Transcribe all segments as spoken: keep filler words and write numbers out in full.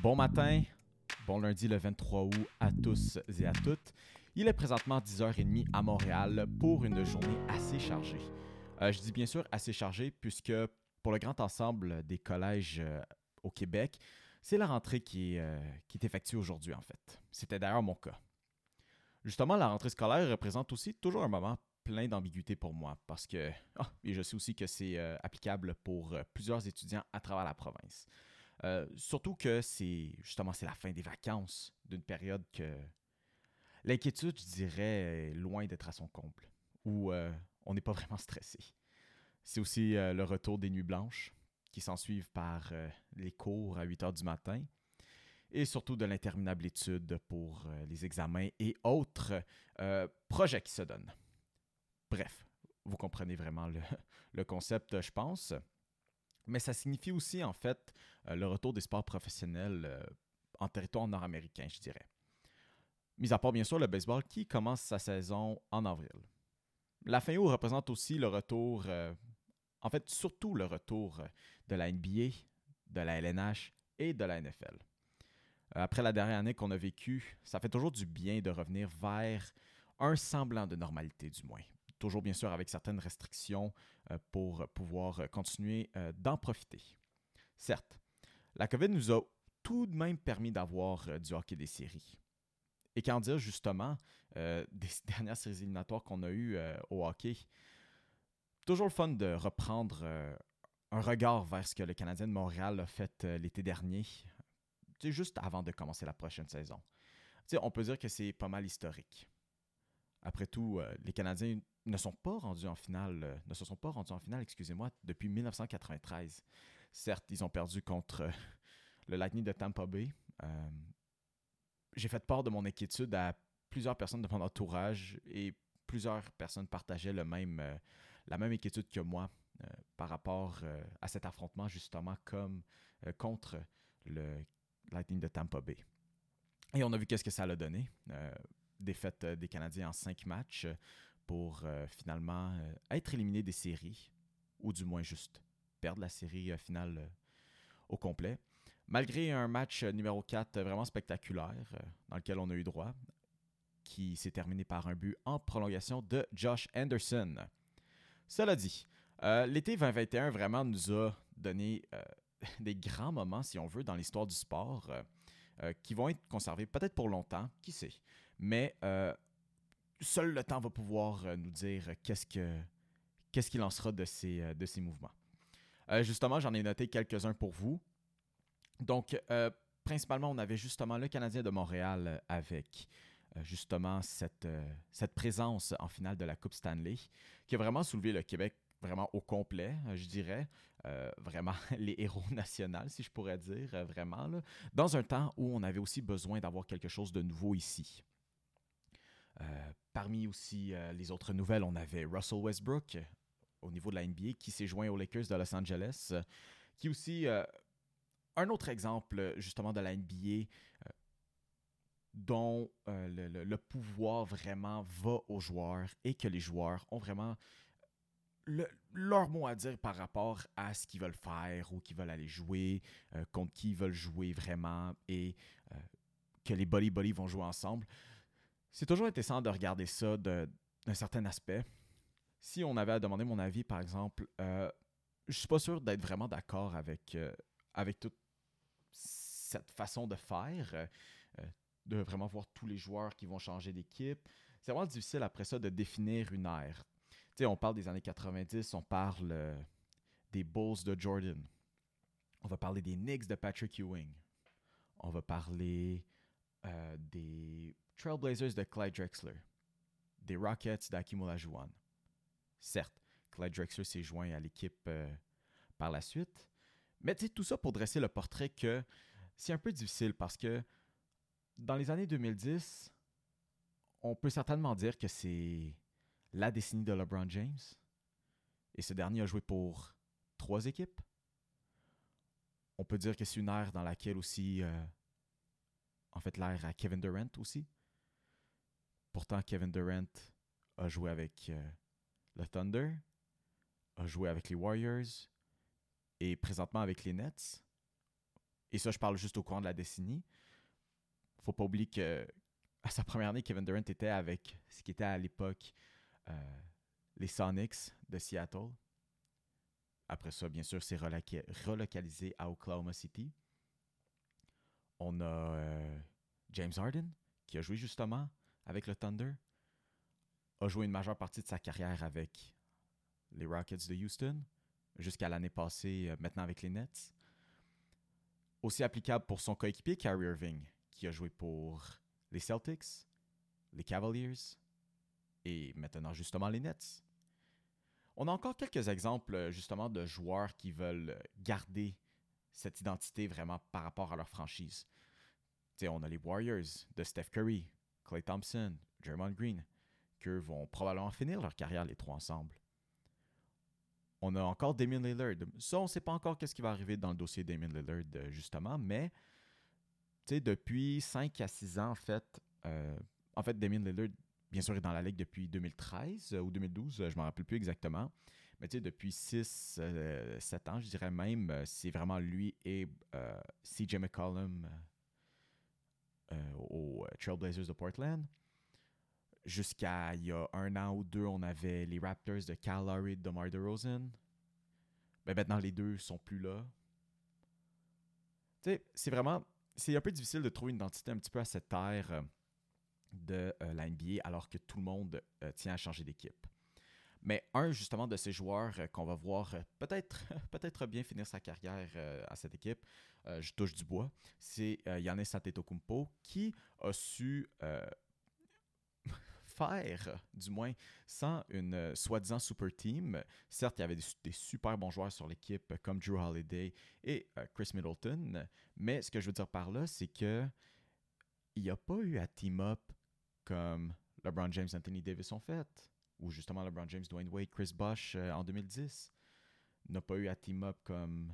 Bon matin, bon lundi le vingt-trois août à tous et à toutes. Il est présentement dix heures trente à Montréal pour une journée assez chargée. Euh, je dis bien sûr assez chargée puisque pour le grand ensemble des collèges euh, au Québec, c'est la rentrée qui est, euh, qui est effectuée aujourd'hui en fait. C'était d'ailleurs mon cas. Justement, la rentrée scolaire représente aussi toujours un moment plein d'ambiguïté pour moi parce que, oh, et je sais aussi que c'est euh, applicable pour euh, plusieurs étudiants à travers la province. Euh, surtout que c'est justement c'est la fin des vacances d'une période que l'inquiétude, je dirais, est loin d'être à son comble, où euh, on n'est pas vraiment stressé. C'est aussi euh, le retour des nuits blanches qui s'ensuivent par euh, les cours à huit heures du matin et surtout de l'interminable étude pour euh, les examens et autres euh, projets qui se donnent. Bref, vous comprenez vraiment le, le concept, je pense. Mais ça signifie aussi, en fait, euh, le retour des sports professionnels euh, en territoire nord-américain, je dirais. Mis à part, bien sûr, le baseball qui commence sa saison en avril. La fin août représente aussi le retour, euh, en fait, surtout le retour euh, de la N B A, de la L N H et de la N F L. Euh, après la dernière année qu'on a vécue, ça fait toujours du bien de revenir vers un semblant de normalité, du moins. Toujours bien sûr avec certaines restrictions euh, pour pouvoir euh, continuer euh, d'en profiter. Certes, la COVID nous a tout de même permis d'avoir euh, du hockey des séries. Et qu'en dire justement euh, des dernières séries éliminatoires qu'on a eues euh, au hockey, toujours le fun de reprendre euh, un regard vers ce que le Canadien de Montréal a fait euh, l'été dernier, juste avant de commencer la prochaine saison. T'sais, on peut dire que c'est pas mal historique. Après tout, euh, les Canadiens ne sont pas rendus en finale, euh, ne se sont pas rendus en finale, excusez-moi, depuis dix-neuf cent quatre-vingt-treize. Certes, ils ont perdu contre euh, le Lightning de Tampa Bay. Euh, j'ai fait part de mon inquiétude à plusieurs personnes de mon entourage et plusieurs personnes partageaient le même, euh, la même inquiétude que moi euh, par rapport euh, à cet affrontement, justement, comme euh, contre le Lightning de Tampa Bay. Et on a vu qu'est-ce que ça a donné. Euh, défaite des Canadiens en cinq matchs pour euh, finalement euh, être éliminé des séries, ou du moins juste perdre la série euh, finale euh, au complet. Malgré un match numéro quatre vraiment spectaculaire, euh, dans lequel on a eu droit, qui s'est terminé par un but en prolongation de Josh Anderson. Cela dit, euh, l'été vingt vingt et un vraiment nous a donné euh, des grands moments, si on veut, dans l'histoire du sport, euh, euh, qui vont être conservés peut-être pour longtemps, qui sait. Mais euh, seul le temps va pouvoir euh, nous dire qu'est-ce, que, qu'est-ce qu'il en sera de ces, euh, de ces mouvements. Euh, justement, j'en ai noté quelques-uns pour vous. Donc, euh, principalement, on avait justement le Canadien de Montréal avec euh, justement cette, euh, cette présence en finale de la Coupe Stanley qui a vraiment soulevé le Québec vraiment au complet, euh, je dirais. Euh, vraiment les héros nationaux, si je pourrais dire, euh, vraiment. Là, dans un temps où on avait aussi besoin d'avoir quelque chose de nouveau ici. Euh, parmi aussi euh, les autres nouvelles, on avait Russell Westbrook euh, au niveau de la N B A qui s'est joint aux Lakers de Los Angeles, euh, qui aussi... Euh, un autre exemple, justement, de la N B A euh, dont euh, le, le, le pouvoir vraiment va aux joueurs et que les joueurs ont vraiment le, leur mot à dire par rapport à ce qu'ils veulent faire ou qu'ils veulent aller jouer, euh, contre qui ils veulent jouer vraiment et euh, que les buddy-buddy vont jouer ensemble. C'est toujours intéressant de regarder ça de, d'un certain aspect. Si on avait à demander mon avis, par exemple, euh, je suis pas sûr d'être vraiment d'accord avec, euh, avec tout cette façon de faire, euh, de vraiment voir tous les joueurs qui vont changer d'équipe. C'est vraiment difficile après ça de définir une ère. Tu sais, on parle des années quatre-vingt-dix, on parle euh, des Bulls de Jordan. On va parler des Knicks de Patrick Ewing. On va parler euh, des Trailblazers de Clyde Drexler. Des Rockets d'Hakeem Olajuwon. Certes, Clyde Drexler s'est joint à l'équipe euh, par la suite. Mais tu sais, tout ça pour dresser le portrait que c'est un peu difficile parce que dans les années deux mille dix, on peut certainement dire que c'est la décennie de LeBron James. Et ce dernier a joué pour trois équipes. On peut dire que c'est une ère dans laquelle aussi, euh, en fait, l'ère à Kevin Durant aussi. Pourtant, Kevin Durant a joué avec euh, le Thunder, a joué avec les Warriors et présentement avec les Nets. et ça, je parle juste au courant de la décennie. Faut pas oublier que à sa première année, Kevin Durant était avec ce qui était à l'époque euh, les Sonics de Seattle. Après ça, bien sûr, c'est reloca- relocalisé à Oklahoma City. On a euh, James Harden, qui a joué justement avec le Thunder, a joué une majeure partie de sa carrière avec les Rockets de Houston, jusqu'à l'année passée, euh, maintenant avec les Nets. Aussi applicable pour son coéquipier, Kyrie Irving, qui a joué pour les Celtics, les Cavaliers et maintenant justement les Nets. On a encore quelques exemples justement de joueurs qui veulent garder cette identité vraiment par rapport à leur franchise. T'sais, on a les Warriors de Steph Curry, Klay Thompson, Draymond Green, qui vont probablement finir leur carrière les trois ensemble. On a encore Damian Lillard. Ça, on ne sait pas encore qu'est-ce qui va arriver dans le dossier Damian Lillard, justement, mais depuis cinq à six ans, en fait, euh, en fait, Damian Lillard, bien sûr, est dans la ligue depuis deux mille treize euh, ou deux mille douze, euh, je ne me rappelle plus exactement. Mais depuis six sept euh, ans, je dirais même, euh, c'est vraiment lui et euh, C J McCollum euh, euh, aux Trailblazers de Portland. Jusqu'à il y a un an ou deux, on avait les Raptors de Kyle Lowry et de DeMar DeRozan. Ben maintenant, les deux sont plus là. Tu sais, c'est vraiment... C'est un peu difficile de trouver une identité un petit peu à cette ère euh, de euh, la N B A alors que tout le monde euh, tient à changer d'équipe. Mais un, justement, de ces joueurs euh, qu'on va voir euh, peut-être, peut-être bien finir sa carrière euh, à cette équipe, euh, je touche du bois, c'est euh, Giannis Antetokounmpo qui a su... Euh, faire, du moins, sans une euh, soi-disant super team. Certes, il y avait des, des super bons joueurs sur l'équipe comme Drew Holiday et euh, Chris Middleton, mais ce que je veux dire par là, c'est que il n'y a pas eu à team-up comme LeBron James, Anthony Davis ont fait, ou justement LeBron James, Dwayne Wade, Chris Bosh euh, en deux mille dix. Il n'a pas eu à team-up comme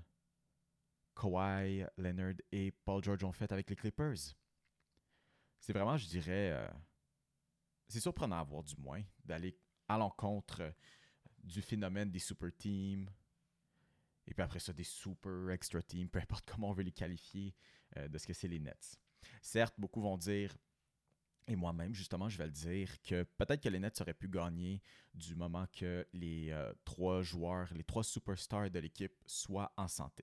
Kawhi, Leonard et Paul George ont fait avec les Clippers. C'est vraiment, je dirais... Euh, c'est surprenant à voir, du moins, d'aller à l'encontre du phénomène des super teams, et puis après ça, des super extra teams, peu importe comment on veut les qualifier, euh, de ce que c'est les Nets. Certes, beaucoup vont dire, et moi-même, justement, je vais le dire, que peut-être que les Nets auraient pu gagner du moment que les euh, trois joueurs, les trois superstars de l'équipe soient en santé.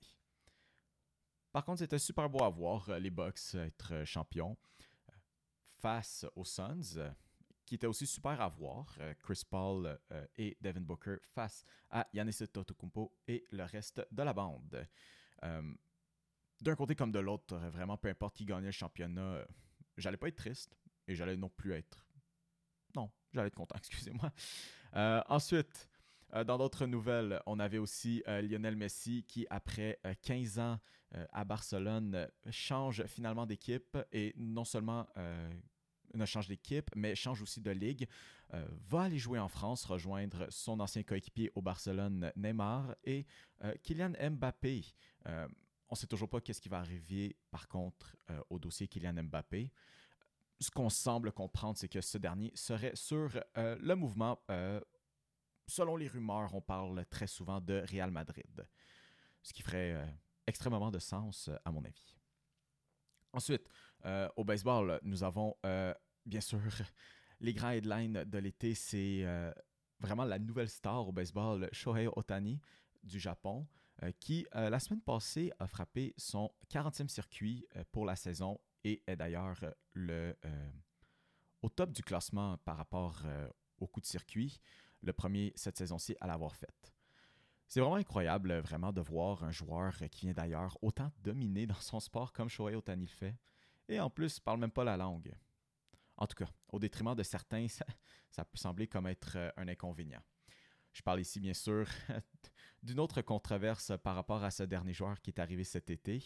Par contre, c'était super beau à voir euh, les Bucks être champions euh, face aux Suns, qui était aussi super à voir, euh, Chris Paul euh, et Devin Booker face à Giannis Antetokounmpo et le reste de la bande. Euh, d'un côté comme de l'autre, vraiment peu importe qui gagnait le championnat, euh, j'allais pas être triste et j'allais non plus être... Non, j'allais être content, excusez-moi. Euh, ensuite, euh, dans d'autres nouvelles, on avait aussi euh, Lionel Messi qui, après euh, quinze ans euh, à Barcelone, euh, change finalement d'équipe et non seulement... Euh, ne change d'équipe, mais change aussi de ligue, euh, va aller jouer en France, rejoindre son ancien coéquipier au Barcelone, Neymar, et euh, Kylian Mbappé. Euh, on ne sait toujours pas qu'est-ce qui va arriver, par contre, euh, au dossier Kylian Mbappé. Ce qu'on semble comprendre, c'est que ce dernier serait sur euh, le mouvement. Euh, selon les rumeurs, on parle très souvent de Real Madrid, ce qui ferait euh, extrêmement de sens, à mon avis. Ensuite, euh, au baseball, nous avons euh, bien sûr les grands headlines de l'été. C'est euh, vraiment la nouvelle star au baseball, Shohei Ohtani du Japon, euh, qui euh, la semaine passée a frappé son quarantième circuit euh, pour la saison et est d'ailleurs le, euh, au top du classement par rapport euh, au coup de circuit, le premier cette saison-ci à l'avoir fait. C'est vraiment incroyable, vraiment, de voir un joueur qui vient d'ailleurs autant dominer dans son sport comme Shohei Ohtani le fait. Et en plus, il ne parle même pas la langue. En tout cas, au détriment de certains, ça, ça peut sembler comme être un inconvénient. Je parle ici, bien sûr, d'une autre controverse par rapport à ce dernier joueur qui est arrivé cet été.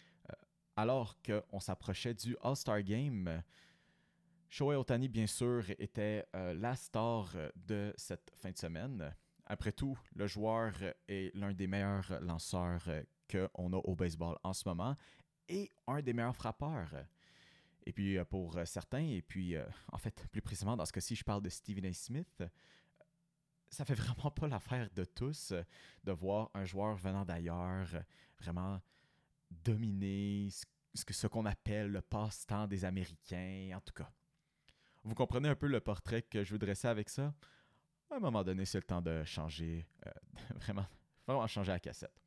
Alors qu'on s'approchait du All-Star Game, Shohei Ohtani, bien sûr, était euh, la star de cette fin de semaine. Après tout, le joueur est l'un des meilleurs lanceurs qu'on a au baseball en ce moment et un des meilleurs frappeurs. Et puis pour certains, et puis en fait, plus précisément dans ce cas-ci, je parle de Stephen A. Smith, ça fait vraiment pas l'affaire de tous de voir un joueur venant d'ailleurs vraiment dominer ce, ce, que, ce qu'on appelle le passe-temps des Américains, en tout cas. Vous comprenez un peu le portrait que je veux dresser avec ça? À un moment donné, c'est le temps de changer, euh, vraiment, vraiment changer la cassette.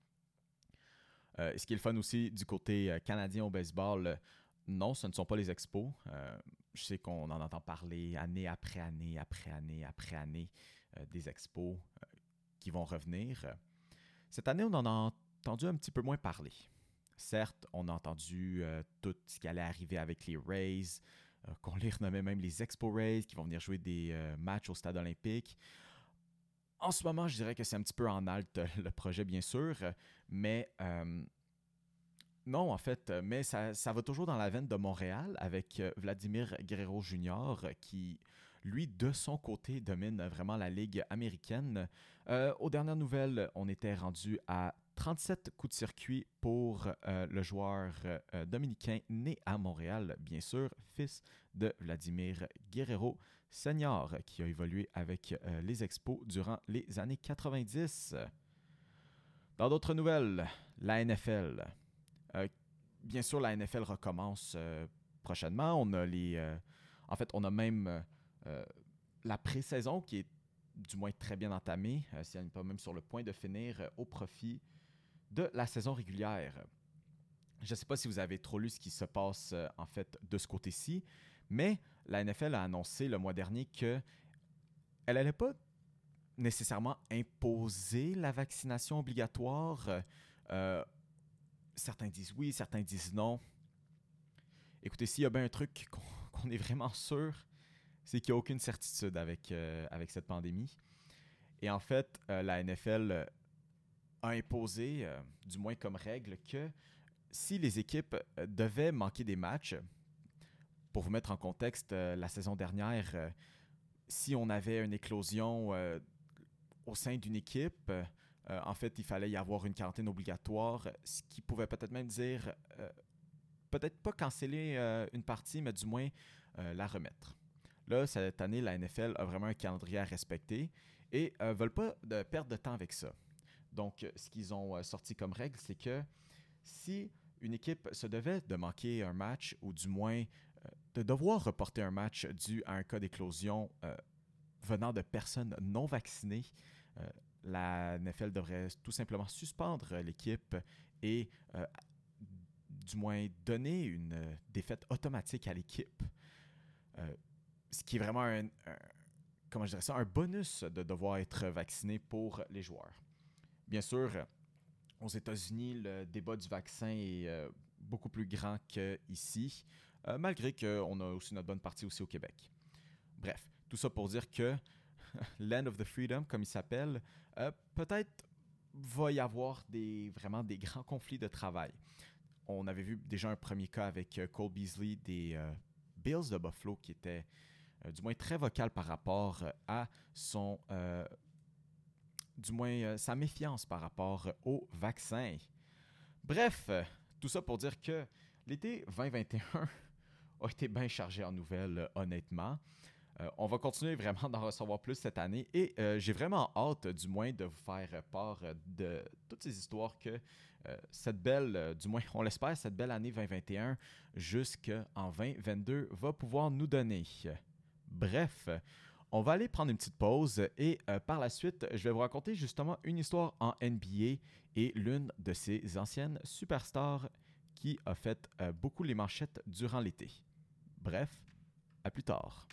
Euh, ce qui est le fun aussi du côté euh, canadien au baseball, euh, non, ce ne sont pas les expos. Euh, je sais qu'on en entend parler année après année, après année, après année euh, des expos euh, qui vont revenir. Cette année, on en a entendu un petit peu moins parler. Certes, on a entendu euh, tout ce qui allait arriver avec les Rays, euh, qu'on les renommait même les Expo Rays, qui vont venir jouer des euh, matchs au stade olympique. En ce moment, je dirais que c'est un petit peu en halte le projet, bien sûr, mais euh, non, en fait, mais ça, ça va toujours dans la veine de Montréal avec euh, Vladimir Guerrero junior qui, lui, de son côté, domine vraiment la Ligue américaine. Euh, aux dernières nouvelles, on était rendu à trente-sept coups de circuit pour euh, le joueur euh, dominicain né à Montréal, bien sûr, fils de Vladimir Guerrero senior, qui a évolué avec euh, les Expos durant les années quatre-vingt-dix. Dans d'autres nouvelles, la N F L. Euh, bien sûr, la N F L recommence euh, prochainement. On a les, euh, en fait, on a même euh, la pré-saison qui est du moins très bien entamée, euh, si elle n'est pas même sur le point de finir euh, au profit de la saison régulière. Je ne sais pas si vous avez trop lu ce qui se passe euh, en fait de ce côté-ci, mais la N F L a annoncé le mois dernier qu'elle n'allait pas nécessairement imposer la vaccination obligatoire. Euh, certains disent oui, certains disent non. Écoutez, s'il y a bien un truc qu'on, qu'on est vraiment sûr, c'est qu'il n'y a aucune certitude avec, euh, avec cette pandémie. Et en fait, euh, la N F L a imposé, euh, du moins comme règle, que si les équipes euh, devaient manquer des matchs, pour vous mettre en contexte, euh, la saison dernière, euh, si on avait une éclosion euh, au sein d'une équipe, euh, en fait, il fallait y avoir une quarantaine obligatoire, ce qui pouvait peut-être même dire, euh, peut-être pas canceller euh, une partie, mais du moins euh, la remettre. Là, cette année, la N F L a vraiment un calendrier à respecter et ne euh, veulent pas de perdre de temps avec ça. Donc, ce qu'ils ont euh, sorti comme règle, c'est que si une équipe se devait de manquer un match ou du moins euh, de devoir reporter un match dû à un cas d'éclosion euh, venant de personnes non vaccinées, euh, la N F L devrait tout simplement suspendre l'équipe et euh, du moins donner une euh, défaite automatique à l'équipe. Euh, ce qui est vraiment un, un, comment je dirais ça, un bonus de devoir être vacciné pour les joueurs. Bien sûr, aux États-Unis, le débat du vaccin est euh, beaucoup plus grand qu'ici, euh, malgré qu'on a aussi notre bonne partie aussi au Québec. Bref, tout ça pour dire que Land of the Freedom, comme il s'appelle, euh, peut-être va y avoir des, vraiment des grands conflits de travail. On avait vu déjà un premier cas avec euh, Cole Beasley des euh, Bills de Buffalo qui était euh, du moins très vocal par rapport à son, euh, du moins euh, sa méfiance par rapport au vaccin. Bref, euh, tout ça pour dire que l'été vingt vingt et un a été bien chargé en nouvelles, euh, honnêtement. Euh, on va continuer vraiment d'en recevoir plus cette année et euh, j'ai vraiment hâte, du moins, de vous faire part de toutes ces histoires que euh, cette belle, euh, du moins, on l'espère, cette belle année vingt vingt et un jusqu'en vingt vingt-deux va pouvoir nous donner. Bref, on va aller prendre une petite pause et euh, par la suite, je vais vous raconter justement une histoire en N B A et l'une de ses anciennes superstars qui a fait euh, beaucoup les manchettes durant l'été. Bref, à plus tard.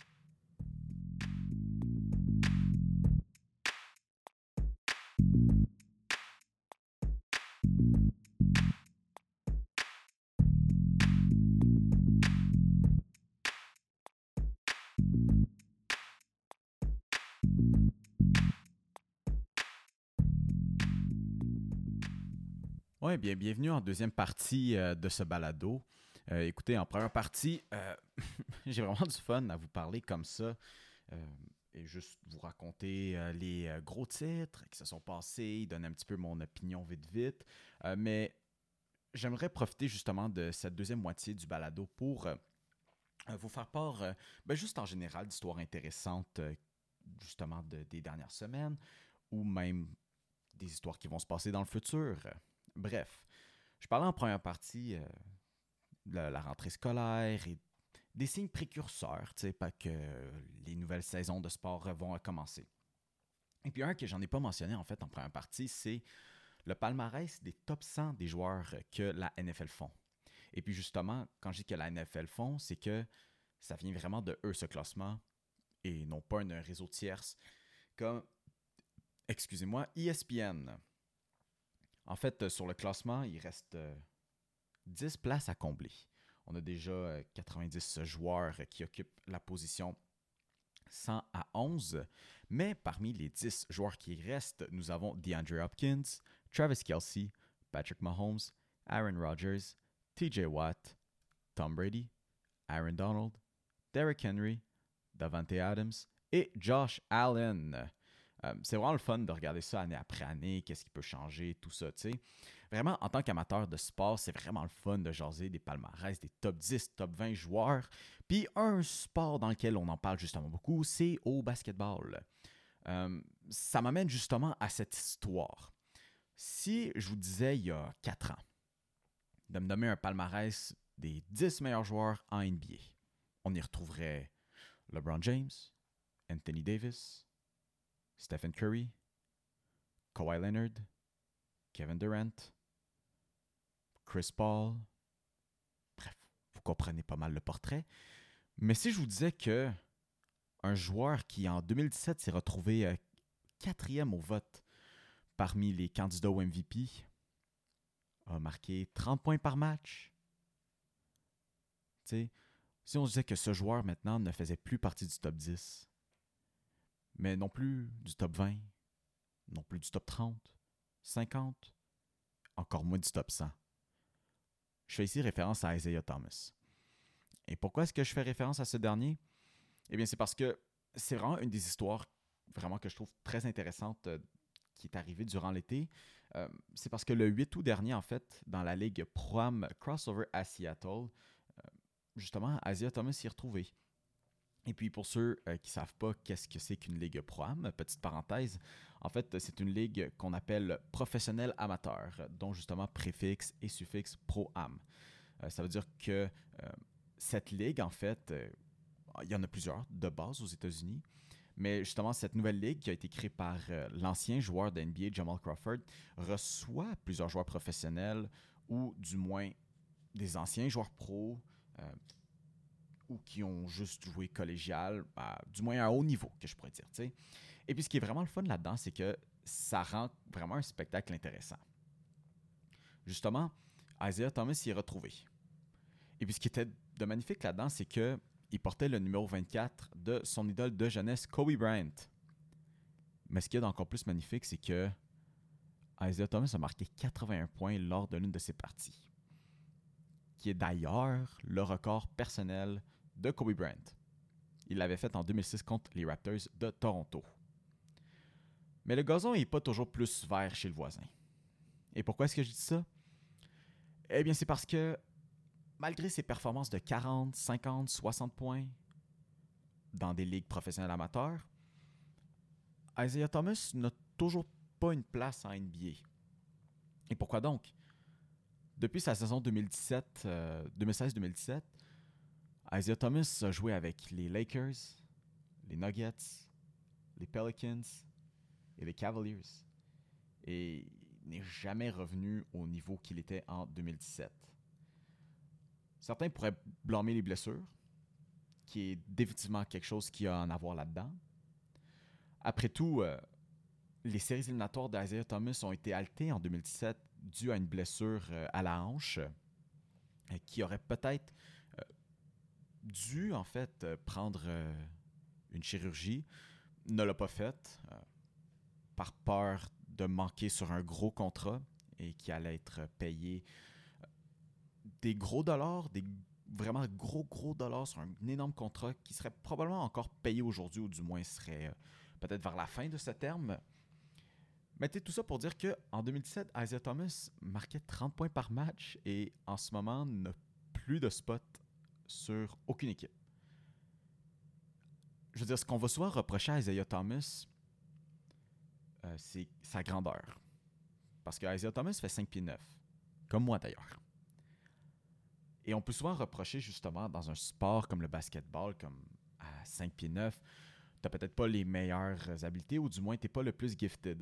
Oui, bien, bienvenue en deuxième partie euh, de ce balado. Euh, écoutez, en première partie, euh, j'ai vraiment du fun à vous parler comme ça euh, et juste vous raconter euh, les euh, gros titres qui se sont passés, donner un petit peu mon opinion vite vite. Euh, mais j'aimerais profiter justement de cette deuxième moitié du balado pour euh, vous faire part, euh, ben, juste en général, d'histoires intéressantes euh, justement de, des dernières semaines ou même des histoires qui vont se passer dans le futur. Bref. Je parlais en première partie euh, de la, la rentrée scolaire et des signes précurseurs, tu sais, pas que les nouvelles saisons de sport vont commencer. Et puis un que j'en ai pas mentionné en fait en première partie, c'est le palmarès des top cent des joueurs que la N F L font. Et puis justement, quand je dis que la N F L font, c'est que ça vient vraiment de eux ce classement et non pas un réseau tierce comme, excusez-moi, E S P N. En fait, sur le classement, il reste dix places à combler. On a déjà quatre-vingt-dix joueurs qui occupent la position cent à onze, mais parmi les dix joueurs qui restent, nous avons DeAndre Hopkins, Travis Kelce, Patrick Mahomes, Aaron Rodgers, T J Watt, Tom Brady, Aaron Donald, Derrick Henry, Davante Adams et Josh Allen. Euh, c'est vraiment le fun de regarder ça année après année, qu'est-ce qui peut changer, tout ça, tu sais. Vraiment, en tant qu'amateur de sport, c'est vraiment le fun de jaser des palmarès, des top dix, top vingt joueurs. Puis un sport dans lequel on en parle justement beaucoup, c'est au basketball. Euh, ça m'amène justement à cette histoire. Si je vous disais il y a quatre ans de me donner un palmarès des dix meilleurs joueurs en N B A, on y retrouverait LeBron James, Anthony Davis, Stephen Curry, Kawhi Leonard, Kevin Durant, Chris Paul. Bref, vous comprenez pas mal le portrait. Mais si je vous disais que un joueur qui en deux mille dix-sept s'est retrouvé euh, quatrième au vote parmi les candidats au M V P, a marqué trente points par match. Tu sais, si on disait que ce joueur maintenant ne faisait plus partie du top dix, mais non plus du top vingt, non plus du top trente, cinquante, encore moins du top cent. Je fais ici référence à Isaiah Thomas. Et pourquoi est-ce que je fais référence à ce dernier? Eh bien, c'est parce que c'est vraiment une des histoires vraiment que je trouve très intéressante euh, qui est arrivée durant l'été. Euh, c'est parce que le huit août dernier, en fait, dans la ligue Pro-Am Crossover à Seattle, euh, justement, Isaiah Thomas s'y est retrouvé. Et puis, pour ceux euh, qui ne savent pas qu'est-ce que c'est qu'une ligue Pro-Am, petite parenthèse, en fait, c'est une ligue qu'on appelle professionnel amateur, dont justement préfixe et suffixe Pro-Am. Euh, ça veut dire que euh, cette ligue, en fait, euh, il y en a plusieurs de base aux États-Unis, mais justement, cette nouvelle ligue qui a été créée par euh, l'ancien joueur de N B A, Jamal Crawford, reçoit plusieurs joueurs professionnels ou du moins des anciens joueurs pros euh, ou qui ont juste joué collégial, à, du moins à un haut niveau, que je pourrais dire. T'sais. Et puis, ce qui est vraiment le fun là-dedans, c'est que ça rend vraiment un spectacle intéressant. Justement, Isaiah Thomas y est retrouvé. Et puis, ce qui était de magnifique là-dedans, c'est que il portait le numéro vingt-quatre de son idole de jeunesse, Kobe Bryant. Mais ce qui est encore plus magnifique, c'est que Isaiah Thomas a marqué quatre-vingt-un points lors de l'une de ses parties, qui est d'ailleurs le record personnel de Kobe Bryant. Il l'avait fait en deux mille six contre les Raptors de Toronto. Mais le gazon n'est pas toujours plus vert chez le voisin. Et pourquoi est-ce que je dis ça? Eh bien, c'est parce que malgré ses performances de quarante, cinquante, soixante points dans des ligues professionnelles amateurs, Isaiah Thomas n'a toujours pas une place en N B A. Et pourquoi donc? Depuis sa saison deux mille dix-sept, euh, deux mille seize deux mille dix-sept, Isaiah Thomas a joué avec les Lakers, les Nuggets, les Pelicans et les Cavaliers. Et il n'est jamais revenu au niveau qu'il était en deux mille dix-sept. Certains pourraient blâmer les blessures, qui est définitivement quelque chose qui a à en avoir là-dedans. Après tout, euh, les séries éliminatoires d'Isaiah Thomas ont été haltées en deux mille dix-sept dû à une blessure euh, à la hanche euh, qui aurait peut-être euh, dû en fait euh, prendre euh, une chirurgie, ne l'a pas faite euh, par peur de manquer sur un gros contrat et qui allait être payé euh, des gros dollars, des vraiment gros gros dollars sur un énorme contrat qui serait probablement encore payé aujourd'hui ou du moins serait euh, peut-être vers la fin de ce terme. Mais tout ça pour dire qu'en deux mille dix-sept, Isaiah Thomas marquait trente points par match et en ce moment n'a plus de spot sur aucune équipe. Je veux dire, ce qu'on va souvent reprocher à Isaiah Thomas, euh, c'est sa grandeur. Parce que Isaiah Thomas fait cinq pieds neuf. comme moi d'ailleurs. Et on peut souvent reprocher justement dans un sport comme le basketball, comme à cinq pieds neuf, t'as peut-être pas les meilleures habiletés ou du moins t'es pas le plus gifted.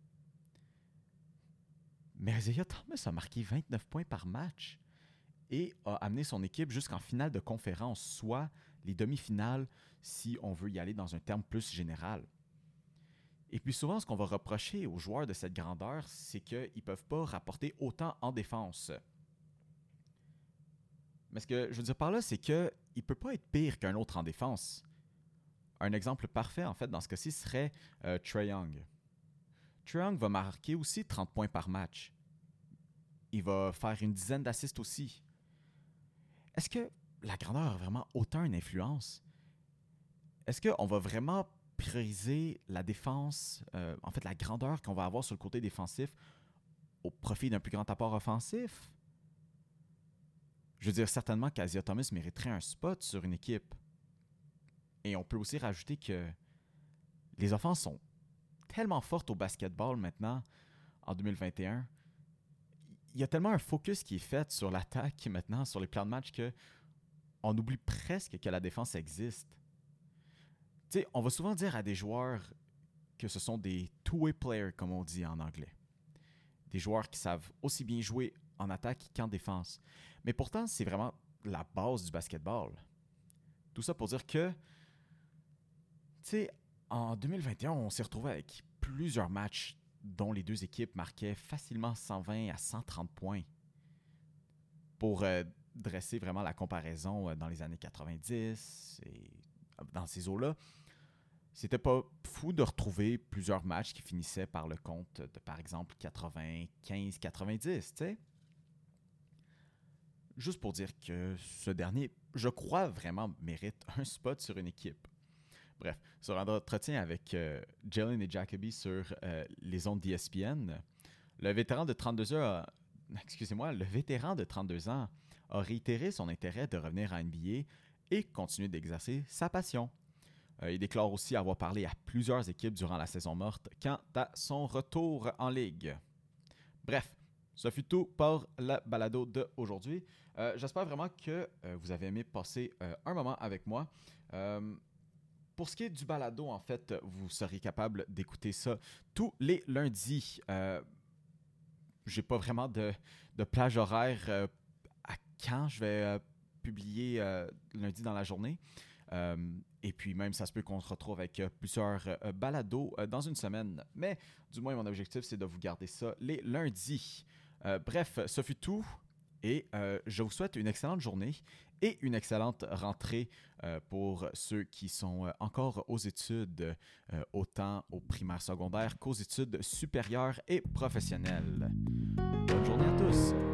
Mais Isaiah Thomas a marqué vingt-neuf points par match et a amené son équipe jusqu'en finale de conférence, soit les demi-finales si on veut y aller dans un terme plus général. Et puis souvent, ce qu'on va reprocher aux joueurs de cette grandeur, c'est qu'ils ne peuvent pas rapporter autant en défense. Mais ce que je veux dire par là, c'est qu'il ne peut pas être pire qu'un autre en défense. Un exemple parfait, en fait, dans ce cas-ci, serait euh, Trae Young. Trae Young va marquer aussi trente points par match. Il va faire une dizaine d'assists aussi. Est-ce que la grandeur a vraiment autant une influence? Est-ce qu'on va vraiment prioriser la défense, euh, en fait la grandeur qu'on va avoir sur le côté défensif au profit d'un plus grand apport offensif? Je veux dire, certainement qu'Isaiah Thomas mériterait un spot sur une équipe. Et on peut aussi rajouter que les offenses sont tellement fortes au basketball maintenant, en deux mille vingt et un. Il y a tellement un focus qui est fait sur l'attaque maintenant, sur les plans de match, qu'on oublie presque que la défense existe. Tu sais, on va souvent dire à des joueurs que ce sont des two-way players, comme on dit en anglais. Des joueurs qui savent aussi bien jouer en attaque qu'en défense. Mais pourtant, c'est vraiment la base du basketball. Tout ça pour dire que, tu sais, en deux mille vingt et un, on s'est retrouvé avec plusieurs matchs dont les deux équipes marquaient facilement cent vingt à cent trente points. Pour euh, dresser vraiment la comparaison euh, dans les années quatre-vingt-dix et dans ces eaux-là, c'était pas fou de retrouver plusieurs matchs qui finissaient par le compte de, par exemple, quatre-vingt-quinze quatre-vingt-dix, tu sais. Juste pour dire que ce dernier, je crois vraiment, mérite un spot sur une équipe. Bref, sur un entretien avec euh, Jalen et Jacoby sur euh, les ondes d'E S P N, le vétéran de trente-deux ans, a, excusez-moi, le vétéran de trente-deux ans a réitéré son intérêt de revenir à N B A et continuer d'exercer sa passion. Euh, il déclare aussi avoir parlé à plusieurs équipes durant la saison morte quant à son retour en ligue. Bref, ce fut tout pour la balado d'aujourd'hui. Euh, j'espère vraiment que euh, vous avez aimé passer euh, un moment avec moi. Euh, Pour ce qui est du balado, en fait, vous serez capable d'écouter ça tous les lundis. Euh, j'ai pas vraiment de, de plage horaire euh, à quand je vais euh, publier euh, lundi dans la journée. Euh, et puis même, ça se peut qu'on se retrouve avec euh, plusieurs euh, balados euh, dans une semaine. Mais du moins, mon objectif, c'est de vous garder ça les lundis. Euh, bref, ce fut tout. Et euh, je vous souhaite une excellente journée et une excellente rentrée euh, pour ceux qui sont euh, encore aux études, euh, autant au primaire secondaire qu'aux études supérieures et professionnelles. Bonne journée à tous!